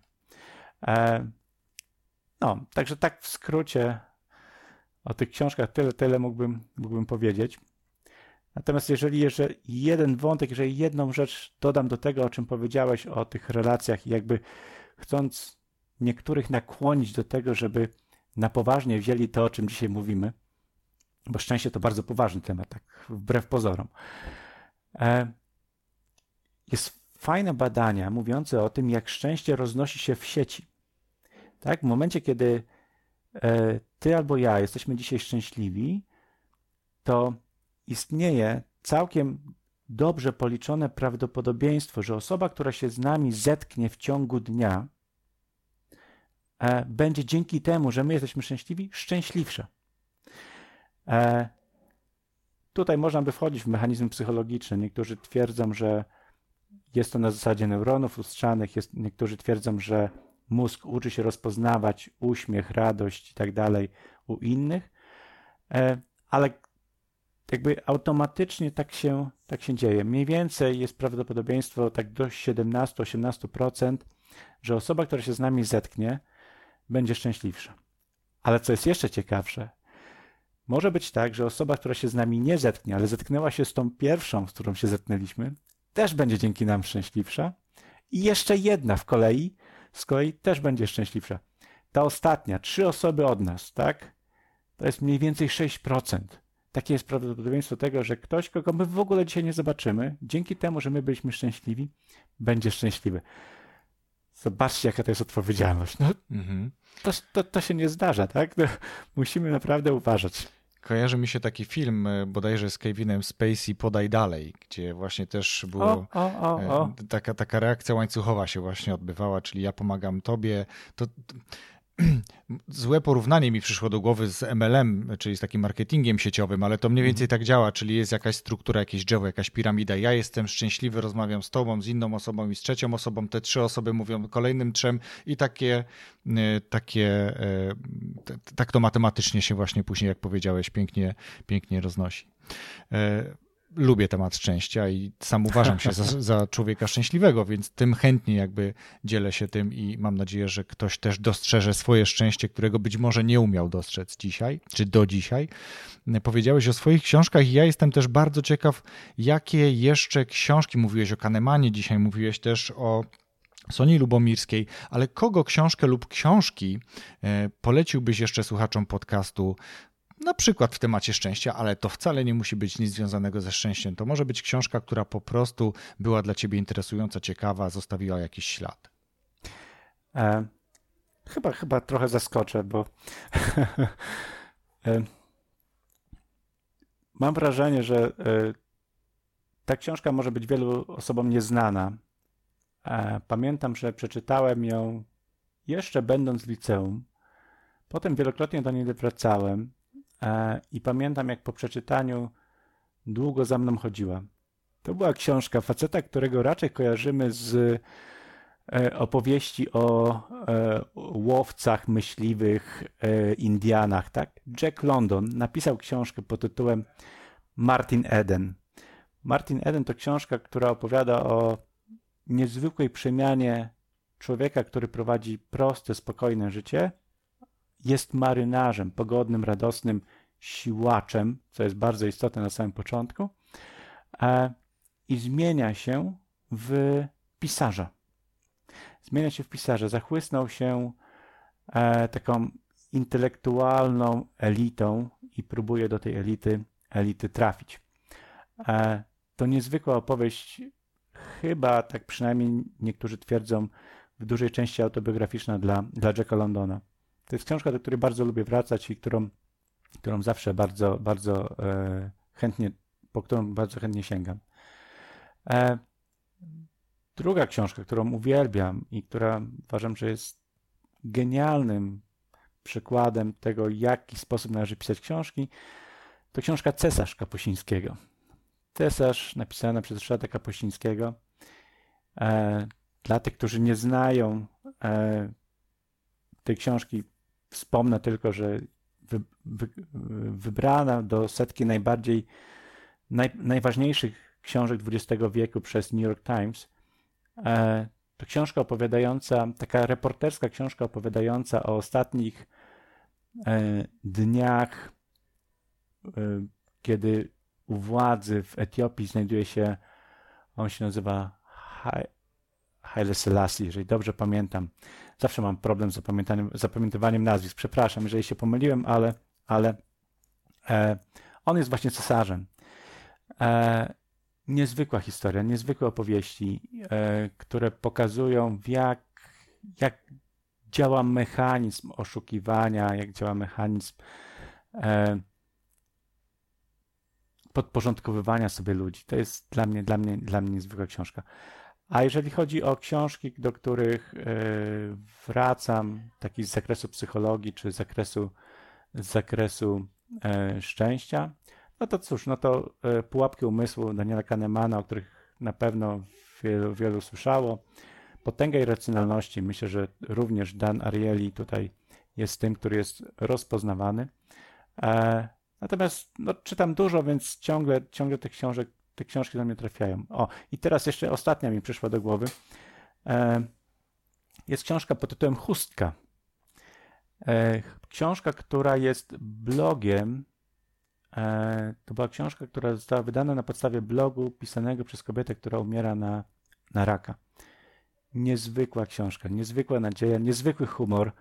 Także tak w skrócie o tych książkach tyle mógłbym powiedzieć. Natomiast jeżeli jeden wątek, jeżeli jedną rzecz dodam do tego, o czym powiedziałeś, o tych relacjach i jakby chcąc niektórych nakłonić do tego, żeby na poważnie wzięli to, o czym dzisiaj mówimy, bo szczęście to bardzo poważny temat, tak wbrew pozorom. Jest fajne badania mówiące o tym, jak szczęście roznosi się w sieci. Tak? W momencie, kiedy ty albo ja jesteśmy dzisiaj szczęśliwi, to istnieje całkiem dobrze policzone prawdopodobieństwo, że osoba, która się z nami zetknie w ciągu dnia, będzie dzięki temu, że my jesteśmy szczęśliwi, szczęśliwsza. Tutaj można by wchodzić w mechanizmy psychologiczne. Niektórzy twierdzą, że jest to na zasadzie neuronów lustrzanych, niektórzy twierdzą, że mózg uczy się rozpoznawać uśmiech, radość i tak dalej u innych, ale jakby automatycznie tak się dzieje. Mniej więcej jest prawdopodobieństwo tak do 17-18%, że osoba, która się z nami zetknie, będzie szczęśliwsza. Ale co jest jeszcze ciekawsze, może być tak, że osoba, która się z nami nie zetknie, ale zetknęła się z tą pierwszą, z którą się zetknęliśmy, też będzie dzięki nam szczęśliwsza i jeszcze jedna z kolei też będzie szczęśliwsza. Ta ostatnia, 3 osoby od nas, tak? To jest mniej więcej 6%. Takie jest prawdopodobieństwo tego, że ktoś, kogo my w ogóle dzisiaj nie zobaczymy, dzięki temu, że my byliśmy szczęśliwi, będzie szczęśliwy. Zobaczcie, jaka to jest odpowiedzialność. To się nie zdarza, tak? Musimy naprawdę uważać. Kojarzy mi się taki film bodajże z Kevinem Spacey Podaj dalej, gdzie właśnie też było taka reakcja łańcuchowa się właśnie odbywała, czyli ja pomagam tobie. To złe porównanie mi przyszło do głowy z MLM, czyli z takim marketingiem sieciowym, ale to mniej więcej tak działa, czyli jest jakaś struktura, jakieś drzewo, jakaś piramida. Ja jestem szczęśliwy, rozmawiam z tobą, z inną osobą i z trzecią osobą. Te 3 osoby mówią kolejnym 3 i tak to matematycznie się właśnie później, jak powiedziałeś, pięknie roznosi. Lubię temat szczęścia i sam uważam się za człowieka szczęśliwego, więc tym chętniej jakby dzielę się tym i mam nadzieję, że ktoś też dostrzeże swoje szczęście, którego być może nie umiał dostrzec dzisiaj, czy do dzisiaj. Powiedziałeś o swoich książkach i ja jestem też bardzo ciekaw, jakie jeszcze książki, mówiłeś o Kahnemanie, dzisiaj mówiłeś też o Soni Lubomirskiej, ale kogo książkę lub książki poleciłbyś jeszcze słuchaczom podcastu, na przykład w temacie szczęścia, ale to wcale nie musi być nic związanego ze szczęściem. To może być książka, która po prostu była dla ciebie interesująca, ciekawa, zostawiła jakiś ślad. Chyba trochę zaskoczę, bo mam wrażenie, że ta książka może być wielu osobom nieznana. Pamiętam, że przeczytałem ją jeszcze będąc w liceum. Potem wielokrotnie do niej wracałem. I pamiętam, jak po przeczytaniu długo za mną chodziła. To była książka faceta, którego raczej kojarzymy z opowieści o łowcach, myśliwych, Indianach, tak? Jack London napisał książkę pod tytułem Martin Eden. Martin Eden to książka, która opowiada o niezwykłej przemianie człowieka, który prowadzi proste, spokojne życie. Jest marynarzem, pogodnym, radosnym, siłaczem, co jest bardzo istotne na samym początku, i zmienia się w pisarza. Zachłysnął się taką intelektualną elitą i próbuje do tej elity trafić. To niezwykła opowieść, chyba tak przynajmniej niektórzy twierdzą, w dużej części autobiograficzna dla Jacka Londona. To jest książka, do której bardzo lubię wracać i którą zawsze bardzo chętnie, po którą bardzo chętnie sięgam. Druga książka, którą uwielbiam i która uważam, że jest genialnym przykładem tego, w jaki sposób należy pisać książki, to książka Cesarz Kapuscińskiego. Cesarz napisana przez Ryszarda Kapuscińskiego. Dla tych, którzy nie znają tej książki, wspomnę tylko, że wybrana do setki najważniejszych książek XX wieku przez New York Times. To książka opowiadająca, taka reporterska książka opowiadająca o ostatnich dniach, kiedy u władzy w Etiopii znajduje się, on się nazywa Haile Selassie, jeżeli dobrze pamiętam. Zawsze mam problem z zapamiętywaniem nazwisk. Przepraszam, jeżeli się pomyliłem, ale on jest właśnie cesarzem. Niezwykła historia, niezwykłe opowieści, które pokazują, jak działa mechanizm oszukiwania, jak działa mechanizm podporządkowywania sobie ludzi. To jest dla mnie niezwykła książka. A jeżeli chodzi o książki, do których wracam, taki z zakresu psychologii czy z zakresu szczęścia, no to cóż, to Pułapki umysłu Daniela Kahnemana, o których na pewno wielu słyszało. Potęga irracjonalności. Myślę, że również Dan Ariely tutaj jest tym, który jest rozpoznawany. Natomiast czytam dużo, więc ciągle te książki do mnie trafiają. O, i teraz jeszcze ostatnia mi przyszła do głowy. Jest książka pod tytułem Chustka. Książka, która jest blogiem. To była książka, która została wydana na podstawie blogu pisanego przez kobietę, która umiera na raka. Niezwykła książka, niezwykła nadzieja, niezwykły humor.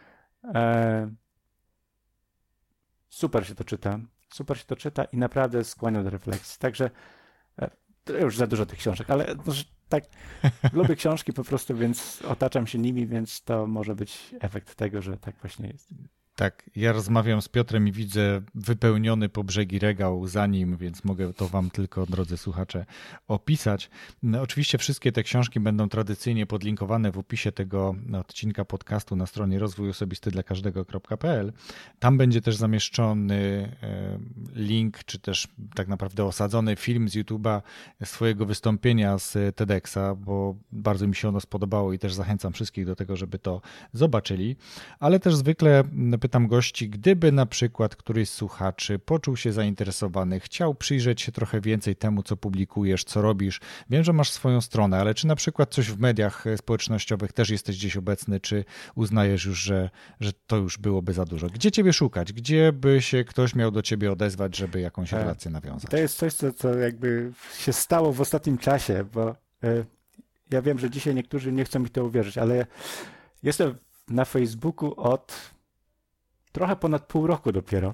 Super się to czyta i naprawdę skłania do refleksji. Także już za dużo tych książek, ale tak lubię książki po prostu, więc otaczam się nimi, więc to może być efekt tego, że tak właśnie jest. Tak, ja rozmawiam z Piotrem i widzę wypełniony po brzegi regał za nim, więc mogę to wam tylko, drodzy słuchacze, opisać. No, oczywiście wszystkie te książki będą tradycyjnie podlinkowane w opisie tego odcinka podcastu na stronie rozwójosobistydlakażdego.pl. Tam będzie też zamieszczony link, czy też tak naprawdę osadzony film z YouTube'a swojego wystąpienia z TEDxa, bo bardzo mi się ono spodobało i też zachęcam wszystkich do tego, żeby to zobaczyli. Ale też zwykle pytam gości, gdyby na przykład któryś z słuchaczy poczuł się zainteresowany, chciał przyjrzeć się trochę więcej temu, co publikujesz, co robisz. Wiem, że masz swoją stronę, ale czy na przykład coś w mediach społecznościowych też jesteś gdzieś obecny, czy uznajesz już, że to już byłoby za dużo? Gdzie ciebie szukać? Gdzie by się ktoś miał do ciebie odezwać, żeby jakąś relację nawiązać? To jest coś, co jakby się stało w ostatnim czasie, bo ja wiem, że dzisiaj niektórzy nie chcą mi to uwierzyć, ale jestem na Facebooku od trochę ponad pół roku dopiero.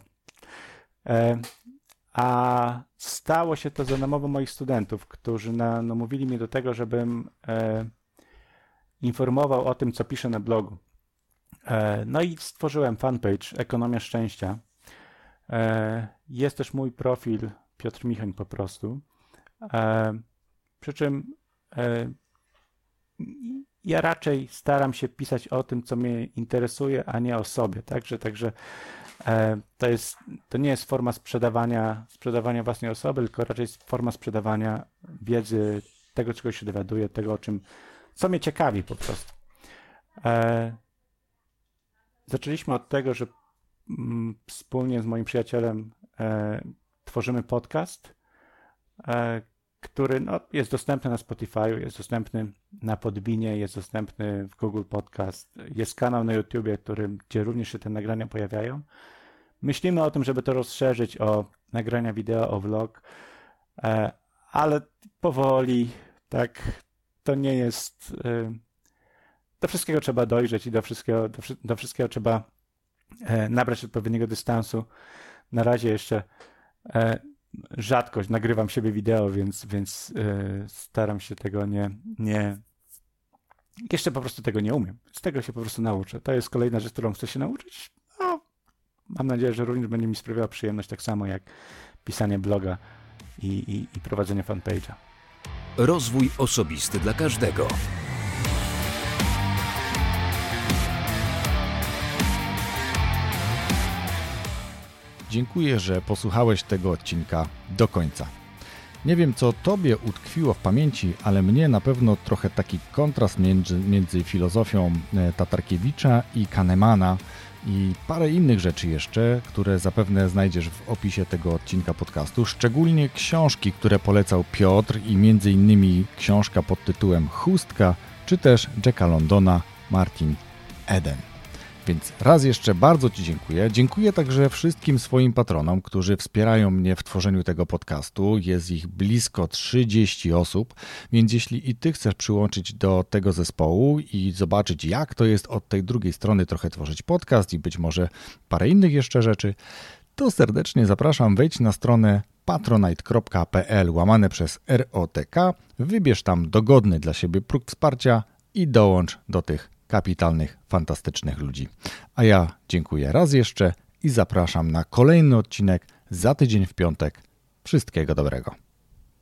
A stało się to za namową moich studentów, którzy namówili mnie do tego, żebym informował o tym, co piszę na blogu. No i stworzyłem fanpage Ekonomia Szczęścia. Jest też mój profil Piotr Michań po prostu. Przy czym ja raczej staram się pisać o tym, co mnie interesuje, a nie o sobie. Także To nie jest forma sprzedawania własnej osoby, tylko raczej jest forma sprzedawania wiedzy, tego, czego się dowiaduję, tego, co mnie ciekawi po prostu. Zaczęliśmy od tego, że wspólnie z moim przyjacielem tworzymy podcast, który jest dostępny na Spotify, jest dostępny na Podbeanie, jest dostępny w Google Podcast, jest kanał na YouTubie, gdzie również się te nagrania pojawiają. Myślimy o tym, żeby to rozszerzyć o nagrania wideo, o vlog, ale powoli, tak, to nie jest... Do wszystkiego trzeba dojrzeć i do wszystkiego trzeba nabrać odpowiedniego dystansu. Na razie jeszcze rzadko nagrywam siebie wideo, więc staram się tego nie... Jeszcze po prostu tego nie umiem. Z tego się po prostu nauczę. To jest kolejna rzecz, którą chcę się nauczyć. Mam nadzieję, że również będzie mi sprawiała przyjemność, tak samo jak pisanie bloga i prowadzenie fanpage'a. Rozwój osobisty dla każdego. Dziękuję, że posłuchałeś tego odcinka do końca. Nie wiem, co Tobie utkwiło w pamięci, ale mnie na pewno trochę taki kontrast między filozofią Tatarkiewicza i Kahnemana i parę innych rzeczy jeszcze, które zapewne znajdziesz w opisie tego odcinka podcastu, szczególnie książki, które polecał Piotr i między innymi książka pod tytułem Chustka, czy też Jacka Londona, Martin Eden. Więc raz jeszcze bardzo Ci dziękuję. Dziękuję także wszystkim swoim patronom, którzy wspierają mnie w tworzeniu tego podcastu. Jest ich blisko 30 osób, więc jeśli i Ty chcesz przyłączyć do tego zespołu i zobaczyć, jak to jest od tej drugiej strony trochę tworzyć podcast i być może parę innych jeszcze rzeczy, to serdecznie zapraszam, wejdź na stronę patronite.pl/ROTK, wybierz tam dogodny dla siebie próg wsparcia i dołącz do tych kapitalnych, fantastycznych ludzi. A ja dziękuję raz jeszcze i zapraszam na kolejny odcinek za tydzień w piątek. Wszystkiego dobrego.